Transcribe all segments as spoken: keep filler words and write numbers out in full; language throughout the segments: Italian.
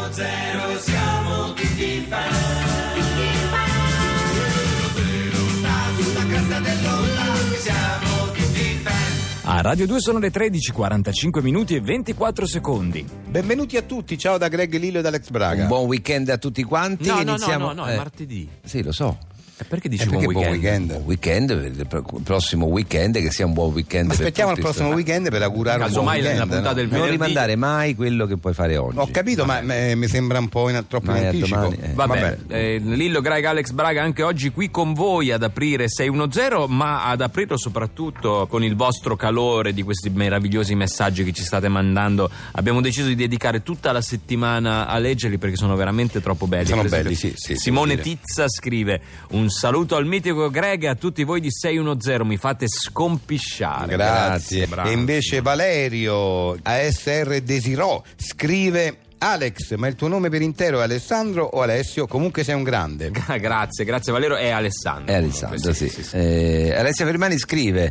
uno zero siamo tutti fan. Sta sulla cresta dell'onda, siamo tutti fan. A Radio due sono le tredici, quarantacinque minuti e ventiquattro secondi. Benvenuti a tutti, ciao da Greg Lillo e da Alex Braga. Un buon weekend a tutti quanti. No, Iniziamo... no, no, no, no, eh, è martedì. Sì, lo so. E perché dici Eh, buon perché weekend? buon Buon weekend, il prossimo weekend, che sia un buon weekend. Ma aspettiamo il per tutti. prossimo weekend per augurare un buon Casomai weekend. nella puntata no? del Non venerdì. rimandare mai quello che puoi fare oggi. Ho capito, ma eh, mi sembra un po' in, troppo Mai in a anticipo. domani, eh. Va Vabbè. bene, eh, Lillo, Greg, Alex Braga anche oggi qui con voi ad aprire sei uno zero, ma ad aprirlo soprattutto con il vostro calore di questi meravigliosi messaggi che ci state mandando. Abbiamo deciso di dedicare tutta la settimana a leggerli perché sono veramente troppo belli. Sono Per esempio, belli, sì, sì, Simone devo dire. Tizza scrive: un saluto al mitico Greg e a tutti voi di sei uno zero, mi fate scompisciare. Grazie. Bravo. E invece Valerio A S R Desirò scrive: Alex, ma il tuo nome per intero è Alessandro o Alessio? Comunque sei un grande. Grazie, grazie Valerio. È Alessandro. È Alessandro, Comunque, sì. Eh, Alessia Fermani scrive...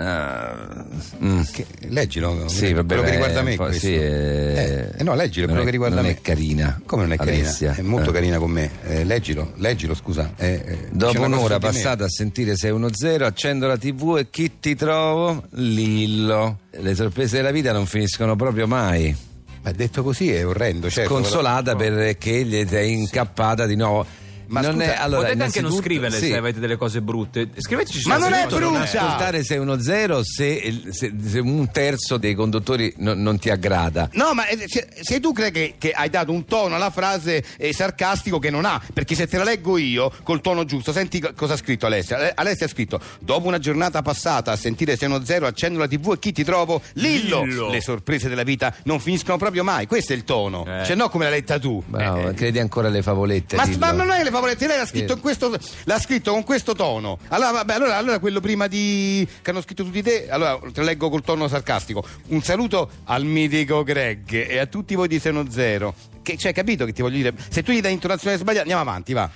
ah, mm, Che, leggilo, sì, vabbè, quello che riguarda eh, me. un po', questo. sì, eh, Eh, eh, no, leggilo, non quello è- che riguarda non me. è carina. Come non è carina? Alessia. È molto Eh. carina con me. Eh, leggilo, leggilo, scusa. Eh, eh, c'è Dopo una cosa un'ora su di me. passata a sentire sei uno zero, accendo la tivù e chi ti trovo? Lillo. Le sorprese della vita non finiscono proprio mai. Ma detto così è orrendo, certo. Consolata però- perché gli sei incappata di nuovo. Ma non scusa, è, allora, Potete anche non innanzitutto- scriverle sì. se avete delle cose brutte. Scriveteci Ma non è innanzitutto brutta! Non ascoltare sei uno zero se, se- se un terzo dei conduttori non, non ti aggrada. No, ma eh, se, se tu credi che, che hai dato un tono alla frase eh, sarcastico che non ha, perché se te la leggo io col tono giusto, senti co- cosa ha scritto Alessia. Ale- Alessia ha scritto: dopo una giornata passata a sentire sei uno zero, accendo la tivù e chi ti trovo? Lillo. Lillo. Le sorprese della vita non finiscono proprio mai, questo è il tono. Eh. Cioè no come l'hai letta tu. Bravo, Eh, credi ancora alle favolette? Ma, Lillo? ma non è le favolette, lei l'ha scritto, in questo, l'ha scritto con questo tono. Allora, vabbè, allora, allora quello prima di che hanno scritto tutti te, allora te lo leggo col tono sarcastico. Un saluto al mitico Greg e a tutti voi di sei uno zero. Che, cioè, capito che ti voglio dire? Se tu gli dai intonazione sbagliata, andiamo avanti, va.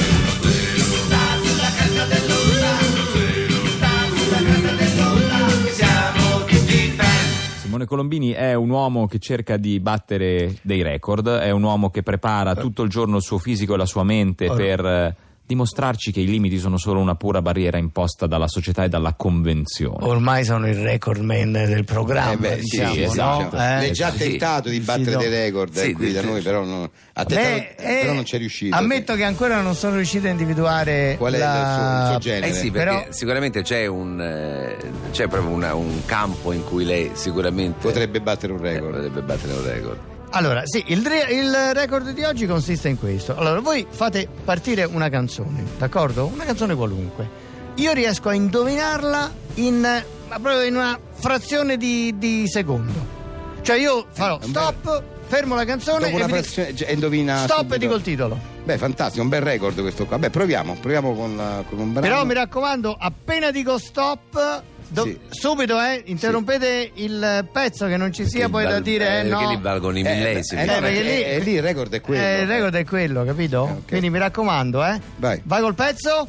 Siamo tutti fan. Simone Colombini è un uomo che cerca di battere dei record, è un uomo che prepara tutto il giorno il suo fisico e la sua mente per eh, dimostrarci che i limiti sono solo una pura barriera imposta dalla società e dalla convenzione. Ormai sono il record man del programma, Eh beh, sì, diciamo, sì, no? esatto. Eh? Lei già ha sì. tentato di battere Sì, no. dei record eh, Sì, qui da sì. noi, però non, ha Beh, tentato, eh, però non c'è riuscito. Ammetto che ancora non sono riuscito a individuare Qual è la... il suo- il suo genere? Eh sì, perché Però- sicuramente c'è un eh, c'è proprio una- un campo in cui lei sicuramente Potrebbe battere un eh, record. potrebbe battere un record. Allora, sì, il, re- il record di oggi consiste in questo. Allora, voi fate partire una canzone, d'accordo? Una canzone qualunque. Io riesco a indovinarla in, ma proprio in una frazione di, di secondo. Cioè io farò Eh, un stop, fermo la canzone Dopo e una vi dico- frazione, già, indovina stop subito. e dico il titolo. Beh, fantastico, un bel record questo qua. Beh, proviamo, proviamo con, la- con un brano. Però mi raccomando, appena dico stop, do- Sì. subito eh, interrompete il pezzo, che non ci sia Che poi da val- dire eh, perché no. lì valgono i Eh, millesimi. eh, no, Eh, perché perché lì- eh, lì il record è quello. Eh, il record è quello, capito? Eh, ok. Quindi mi raccomando, eh. Vai. Vai col pezzo?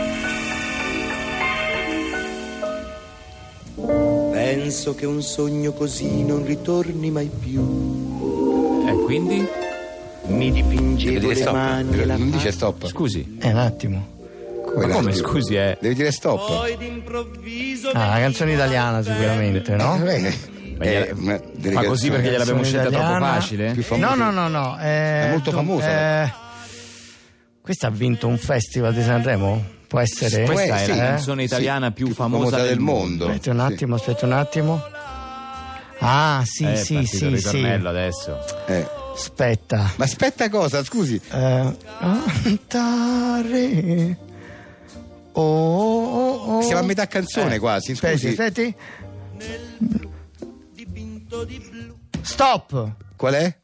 Penso che un sogno così non ritorni mai più. E quindi? Mi dipingevo Devi dire le stop. mani e la Non dice faccia. stop. Scusi, Eh, un attimo. Come, ma come l'attimo? scusi eh? Devi dire stop. Poi d'improvviso Ah, una canzone italiana sicuramente, no? Eh, Ma gliela- eh, una delle Fa così canzoni- perché gliel'abbiamo canzone scelta troppo italiana. facile? Più famosa. No, no, no, no. eh, È molto dun- famosa. eh, questa ha vinto un festival di Sanremo? Può essere? Questa è sì, la eh? canzone Sì, italiana più, più famosa, famosa del del mondo. mondo. Aspetta un attimo, aspetta un attimo. Ah, sì, Eh, è sì, partito sì, il sì. ritornello adesso. Eh. Aspetta. Ma aspetta cosa, scusi. Eh, cantare. Oh, oh, oh. Siamo a metà canzone Eh, quasi, Aspetti, scusi. aspetti. Stop. Qual è?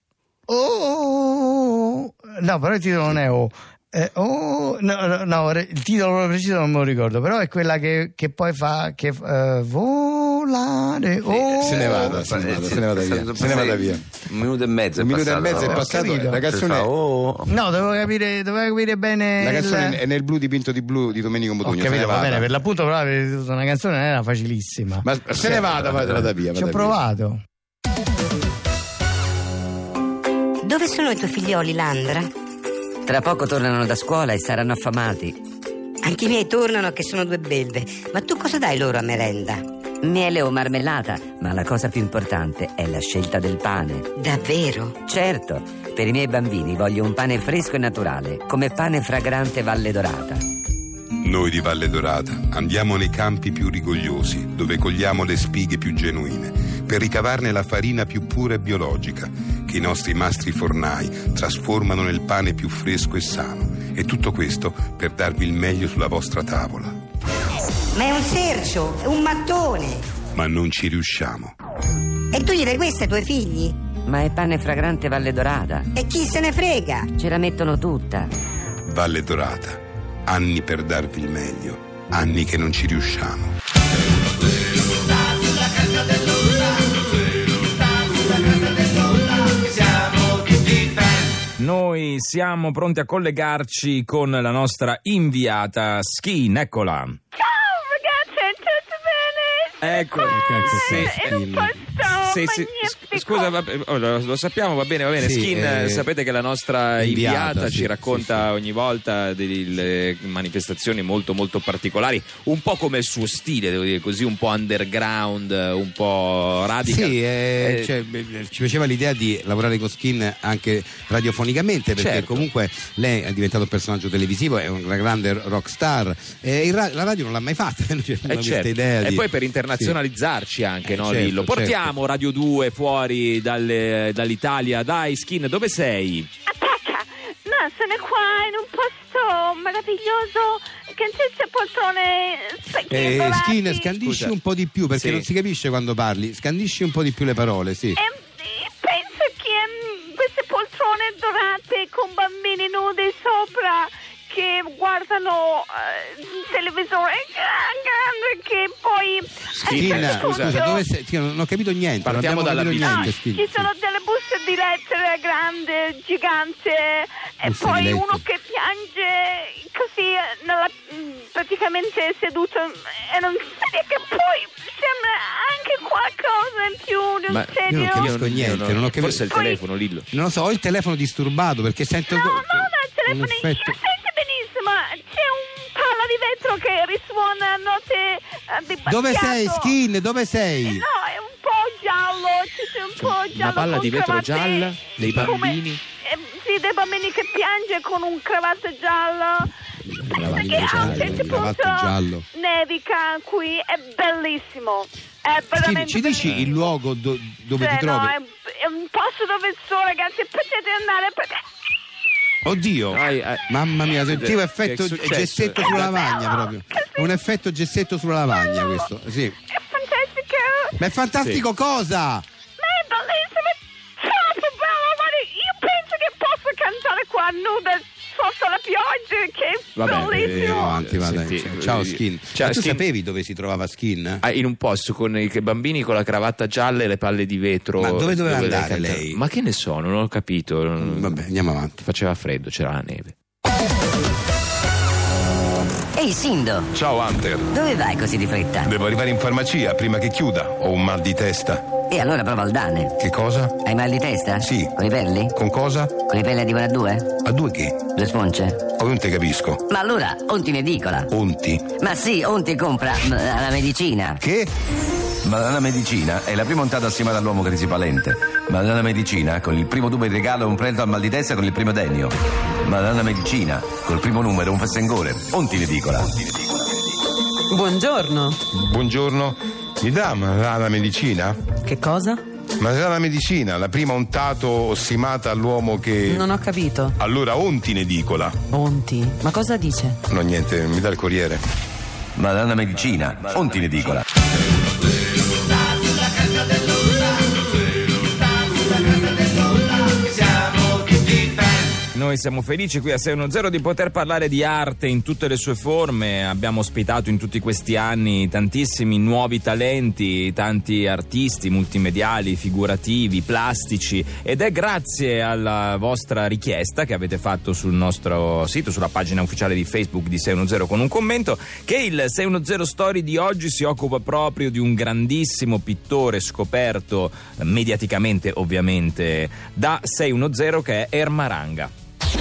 Oh, no, però il titolo non è oh. Eh, oh, no, no, no, il titolo preciso non me lo ricordo, però è quella che, che poi fa che eh, volare. Oh. Se ne vada, se ne vada, se ne vada via. Se ne vada via. Un minuto e mezzo è Un minuto e passato, mezzo è no? passato. capito. La canzone, Fa, oh. No, dovevo capire, dovevo capire bene. la canzone il... è nel blu dipinto di blu di Domenico Ho Modugno. se ne capito, va vada. bene, per l'appunto, però una canzone non era facilissima. Ma se ne vada, vada, vada via. Ci ho vada via. provato. Dove sono i tuoi figlioli, Landra? Tra poco tornano da scuola e saranno affamati. Anche i miei tornano che sono due belve. Ma tu cosa dai loro a merenda? Miele o marmellata, ma la cosa più importante è la scelta del pane. Davvero? Certo, per i miei bambini voglio un pane fresco e naturale, come Pane Fragrante Valle Dorata. Noi di Valle Dorata andiamo nei campi più rigogliosi, dove cogliamo le spighe più genuine, per ricavarne la farina più pura e biologica, che i nostri mastri fornai trasformano nel pane più fresco e sano. E tutto questo per darvi il meglio sulla vostra tavola. Ma è un cercio, è un mattone. Ma non ci riusciamo. E tu gli dai questo ai tuoi figli? Ma è Pane Fragrante Valle Dorata. E chi se ne frega? Ce la mettono tutta. Valle Dorata. Anni per darvi il meglio, anni che non ci riusciamo. Noi siamo pronti a collegarci con la nostra inviata Skin, eccola. Ciao ragazzi, tutto bene? Ecco, Sì, in un posto Sì, sì, magnifico. scusa, va- oh, lo, lo sappiamo, va bene, va bene. Sì, Skin, eh, sapete che la nostra inviata, inviata sì, ci racconta sì, sì. ogni volta delle manifestazioni molto molto particolari, un po' come il suo stile, devo dire così, un po' underground, un po' radical. Sì, eh, Eh, cioè, beh, ci piaceva l'idea di lavorare con Skin anche radiofonicamente, perché Certo. comunque lei è diventato un personaggio televisivo, è una grande rock star. Eh, il ra- la radio non l'ha mai fatta, non c'è Eh, questa certo. idea E di... poi per internazionalizzarci anche, Eh, no, certo, Lillo? Portiamo certo. Radio due fuori dalle- dall'Italia. Dai, Skin, dove sei? Attacca! No, sono qua in un posto meraviglioso che c'è poltrone Eh, dorati. Skin, scandisci Scusa. un po' di più, perché Sì. non si capisce quando parli. Scandisci un po' di più le parole, sì. E, e penso che mm, queste poltrone dorate con bambini nudi sopra che guardano eh, il televisore gran- grande che poi Skin, eh, scusa, tutto- dove sei? Skin, non ho capito niente. non Partiamo abbiamo dalla capito Bibbia. niente, No, Skin. ci sono delle buste di lettere grande, gigante, e Buste poi di lettere. uno che piange così nella, mm, praticamente seduto e non sedia, che poi sembra anche qualcosa in più di un Ma io sedio. non capisco niente, non ho capito. Forse è il Poi- telefono, Lillo. Non lo so, ho il telefono disturbato perché sento... No, co- no, no, il telefono un effetto- io sento benissimo, c'è un palla di vetro che risuona a note eh, di Dove Battiato. sei, Skin? Dove sei? No, è un po' giallo, ci c'è un po' giallo. Una palla con di vetro cravatte- gialla, dei come- bambini. eh, sì, dei bambini che piange con un cravatta giallo. Cravatta Perché a un gialla, certo un cravatta punto giallo. nevica qui, è bellissimo. È Skin, veramente ci dici bellissimo. il luogo do- dove Sì, ti no, trovi? è, è un posto dove sto, ragazzi, potete andare perché... Oddio, Ai, ai. mamma mia, sentivo Che effetto è successo? gessetto sulla lavagna proprio. Un effetto gessetto sulla lavagna questo, sì. È fantastico. Ma è fantastico cosa? Ma è bellissimo, è troppo bello, guarda, io penso che posso cantare qua nuda sotto la pioggia, che è Vabbè, bellissimo. Andiamo avanti, va, dai. Senti, Ciao eh, Skin. ciao, Ma tu Skin. sapevi dove si trovava Skin? Ah, in un posto con i bambini con la cravatta gialla e le palle di vetro. Ma dove doveva lei andare cantava. lei? Ma che ne so, non ho capito. Vabbè, andiamo avanti. Faceva freddo, c'era la neve. Ehi, Sindo, Ciao Hunter, dove vai così di fretta? devo arrivare in farmacia prima che chiuda. Ho un mal di testa. E allora prova il Dane. Che cosa? Hai mal di testa? Sì. Con i pelli? Con cosa? Con i pelli di quella a due? A due che? Due sponce? Oh, non te capisco. Ma allora, onti in edicola. Onti. Ma sì, onti compra mm, la medicina. Che? Banana Medicina è la prima ondata assieme all'uomo che risipa lente. Banana Medicina, con il primo tubo in regalo un credito al mal di testa con il primo denio. Banana Medicina, col primo numero un fessengore. Onti in edicola. Buongiorno. Buongiorno. Mi dà la medicina? Che cosa? Ma sarà la medicina, la prima ontato ossimata all'uomo che... Non ho capito. Allora onti in edicola. Onti. Ma cosa dice? No, niente, mi dà il Corriere. Banana Medicina, onti in edicola. Siamo tutti fan. noi siamo felici qui a sei uno zero di poter parlare di arte in tutte le sue forme. Abbiamo ospitato in tutti questi anni tantissimi nuovi talenti, tanti artisti multimediali, figurativi, plastici, ed è grazie alla vostra richiesta che avete fatto sul nostro sito, sulla pagina ufficiale di Facebook di sei uno zero con un commento, che il sei uno zero Story di oggi si occupa proprio di un grandissimo pittore scoperto mediaticamente, ovviamente, da sei uno zero, che è Ermaranga.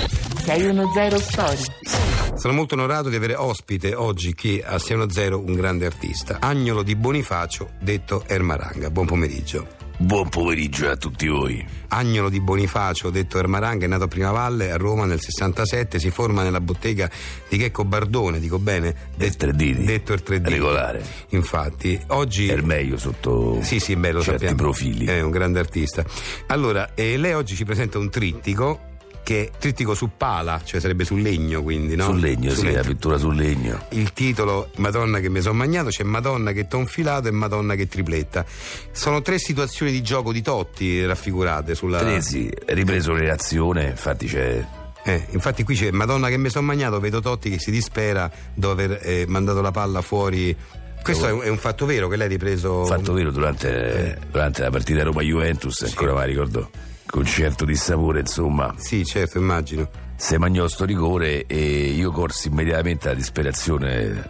sei uno zero Story. Sono molto onorato di avere ospite oggi qui a sei uno zero un grande artista, Agnolo Di Bonifacio, detto Ermaranga. Buon pomeriggio. Buon pomeriggio a tutti voi. Agnolo Di Bonifacio, detto Ermaranga, è nato a Primavalle, a Roma nel sessantasette, si forma nella bottega di Checco Bardone, dico bene? Del tre D. Detto il tre D. Regolare. Infatti, oggi... È il meglio sotto sì, sì, bello, certi sappiamo. profili. È un grande artista. Allora, eh, lei oggi ci presenta un trittico, che è trittico su pala, cioè sarebbe sul legno, quindi, no? Sul legno, Sul sì, legno. la pittura sul legno. Il titolo Madonna che mi son magnato, c'è Madonna che t'ho infilato e Madonna che tripletta. Sono tre situazioni di gioco di Totti raffigurate sulla... Tre, sì, ripreso l'azione, infatti c'è... Eh, infatti qui c'è Madonna che mi son magnato, vedo Totti che si dispera dopo aver eh, mandato la palla fuori. Questo è un, è un fatto vero che lei ha ripreso? Fatto vero durante, eh. durante la partita Roma-Juventus, Sì. ancora mai ricordo. Concerto di sapore, insomma. Sì, certo, immagino. Se mangiò sto rigore e io corsi immediatamente alla disperazione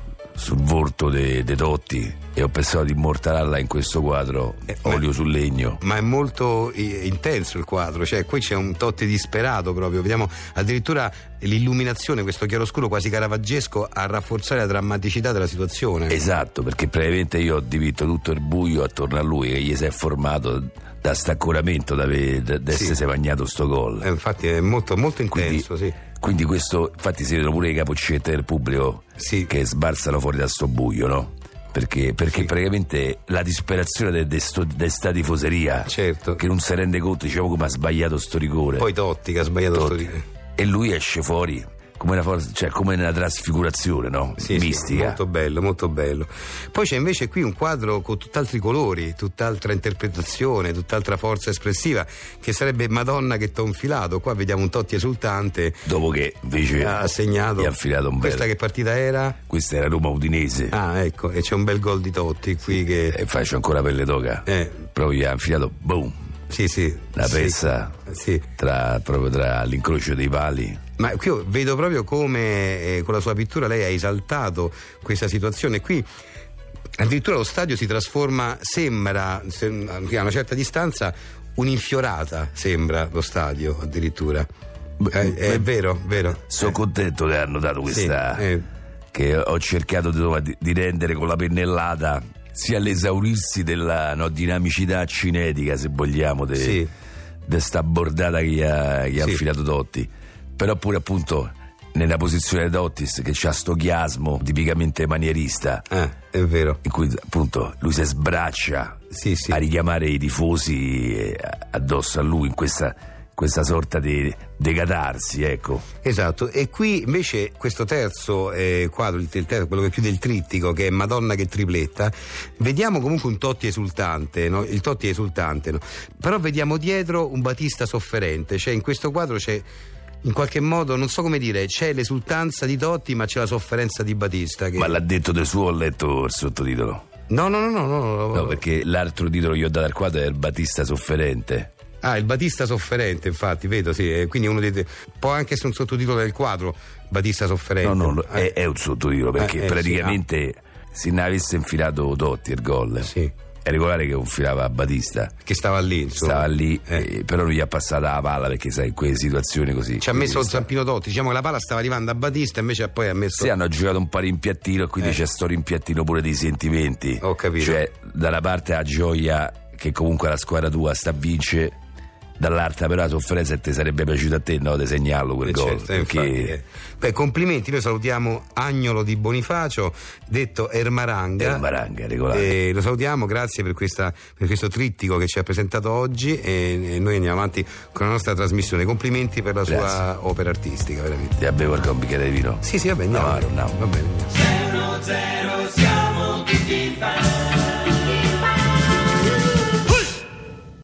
sul volto dei de Totti e ho pensato di immortalarla in questo quadro, Eh, olio ma- sul legno. Ma è molto eh, intenso il quadro, cioè qui c'è un Totti disperato proprio, vediamo addirittura l'illuminazione, questo chiaroscuro quasi caravaggesco a rafforzare la drammaticità della situazione. Esatto, perché praticamente io ho dipinto tutto il buio attorno a lui che gli si è formato da staccoramento da essere Sì. magnato sto gol. Eh, infatti è molto, molto Quindi, intenso, sì. quindi questo, infatti si vedono pure i capoccetti del pubblico Sì. che sbarzano fuori da sto buio, no? Perché, perché Sì. praticamente la disperazione de, de sto, de sta tifoseria, Certo. che non si rende conto, diciamo, come ha sbagliato sto rigore. Poi Totti che ha sbagliato Totti. sto... E lui esce fuori come una, forza, cioè, come una trasfigurazione, no? Sì, sì, mistica. molto bello, molto bello. Poi c'è invece qui un quadro con tutt'altri colori, tutt'altra interpretazione, tutt'altra forza espressiva, che sarebbe Madonna che t'ho infilato. Qua vediamo un Totti esultante. Dopo che invece Ha segnato. gli ha infilato un bel... Questa che partita era? Questa era Roma Udinese. Ah, ecco, e c'è un bel gol di Totti qui che... E faccio ancora pelle d'oca. Eh. Proprio gli ha infilato, boom, Sì, sì. la sì, pezza Sì. tra, proprio tra l'incrocio dei pali. Ma qui io vedo proprio come eh, con la sua pittura lei ha esaltato questa situazione. Qui addirittura lo stadio si trasforma, sembra, se- a una certa distanza, un'infiorata, sembra lo stadio addirittura. Eh, è vero, vero. Sono contento che hanno dato questa... Sì, eh. che ho cercato di, di rendere con la pennellata sia l'esaurirsi della no, dinamicità cinetica, se vogliamo, di Sì. sta bordata che gli ha, gli ha Sì. infilato Totti. Però pure appunto nella posizione di Tottis che c'ha sto chiasmo tipicamente manierista, Eh, è vero. in cui appunto lui si sbraccia Sì, sì. a richiamare i tifosi eh, addosso a lui in questa, questa sorta di, di catarsi, ecco. Esatto, e qui invece questo terzo eh, quadro, il, il terzo, quello che chiude il trittico, che è Madonna che tripletta, vediamo comunque un Totti esultante, no? Il Totti è esultante, no? Però vediamo dietro un Batista sofferente, cioè in questo quadro c'è in qualche modo, non so come dire, c'è l'esultanza di Totti ma c'è la sofferenza di Batista che... Ma l'ha detto del suo, ho letto il sottotitolo. No, no, no, no, no, no. No, perché l'altro titolo che io ho dato al quadro è il Batista sofferente. Ah, il Batista sofferente, infatti, vedo, sì, eh, quindi uno dei... può anche essere un sottotitolo del quadro, Batista sofferente. No, no, lo- Eh. è, è un sottotitolo perché Eh, eh, praticamente se ne avesse infilato Totti il gol, Sì. è regolare che infilava Batista. Che stava lì, insomma. Stava lì, Eh. eh, però non gli ha passata la palla perché sai, in quelle situazioni così. Ci ha messo lo sta- zampino Totti, diciamo che la palla stava arrivando a Batista, invece poi ha messo... Sì, hanno giocato un po' rimpiattino e quindi Eh. c'è sto rimpiattino pure dei sentimenti. Ho capito. Cioè, da una parte la gioia che comunque la squadra tua sta a vincere, dall'altra però la sofferenza e ti sarebbe piaciuto a te no di segnarlo quel Eh, gol, certo, eh, perché infatti, eh. Beh, complimenti, noi salutiamo Agnolo Di Bonifacio, detto Ermaranga. Ermaranga, regolare. Eh, lo salutiamo, grazie per, questa, per questo trittico che ci ha presentato oggi e, e noi andiamo avanti con la nostra trasmissione. Complimenti per la sua Grazie. opera artistica, veramente. Ti bevo qualche un bicchiere di vino? Sì, sì, va bene, andiamo. No, no, no. Va bene, andiamo. sei uno zero siamo tutti fan.